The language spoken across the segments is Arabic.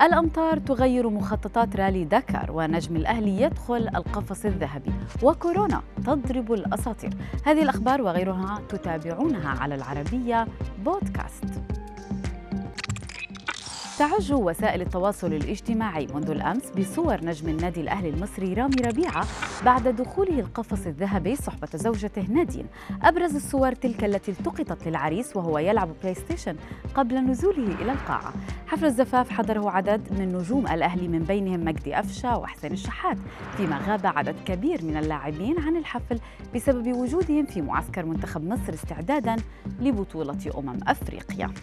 الأمطار تغير مخططات رالي دكار، ونجم الأهلي يدخل القفص الذهبي، وكورونا تضرب الأساطير. هذه الأخبار وغيرها تتابعونها على العربية بودكاست. تعج وسائل التواصل الاجتماعي منذ الأمس بصور نجم النادي الأهلي المصري رامي ربيعة بعد دخوله القفص الذهبي صحبة زوجته نادين. أبرز الصور تلك التي التقطت للعريس وهو يلعب بلاي ستيشن قبل نزوله إلى القاعة. حفل الزفاف حضره عدد من نجوم الأهلي، من بينهم مجدي أفشة وحسين الشحات، فيما غاب عدد كبير من اللاعبين عن الحفل بسبب وجودهم في معسكر منتخب مصر استعداداً لبطولة أفريقيا.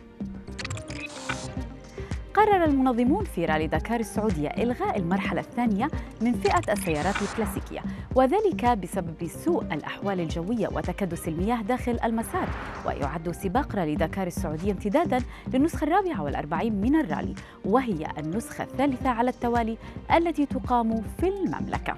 قرر المنظمون في رالي دكار السعودية إلغاء المرحلة الثانية من فئة السيارات الكلاسيكية، وذلك بسبب سوء الأحوال الجوية وتكدس المياه داخل المسار. ويعد سباق رالي دكار السعودية امتداداً للنسخة 44 من الرالي، وهي النسخة الثالثة على التوالي التي تقام في المملكة.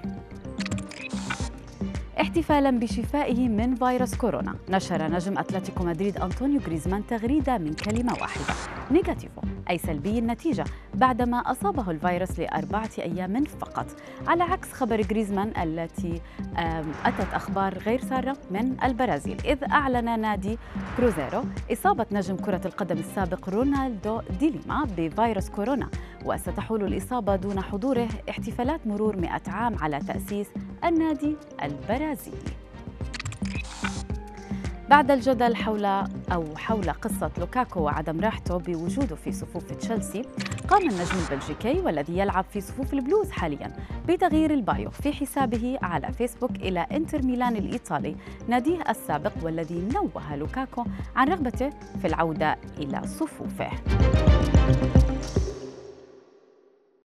احتفالاً بشفائه من فيروس كورونا، نشر نجم أتلتيكو مدريد أنطونيو غريزمان تغريدة من كلمة واحدة: نيجاتيفو، أي سلبي النتيجة، بعدما أصابه الفيروس ل4 أيام فقط. على عكس خبر غريزمان التي أتت أخبار غير سارة من البرازيل، إذ أعلن نادي كروزيرو إصابة نجم كرة القدم السابق رونالدو دي ليما بفيروس كورونا، وستحول الإصابة دون حضوره احتفالات مرور 100 عام على تأسيس النادي البرازيلي. بعد الجدل حول قصة لوكاكو وعدم راحته بوجوده في صفوف تشيلسي، قام النجم البلجيكي والذي يلعب في صفوف البلوز حالياً بتغيير البايو في حسابه على فيسبوك إلى إنتر ميلان الإيطالي، ناديه السابق، والذي نوه لوكاكو عن رغبته في العودة إلى صفوفه.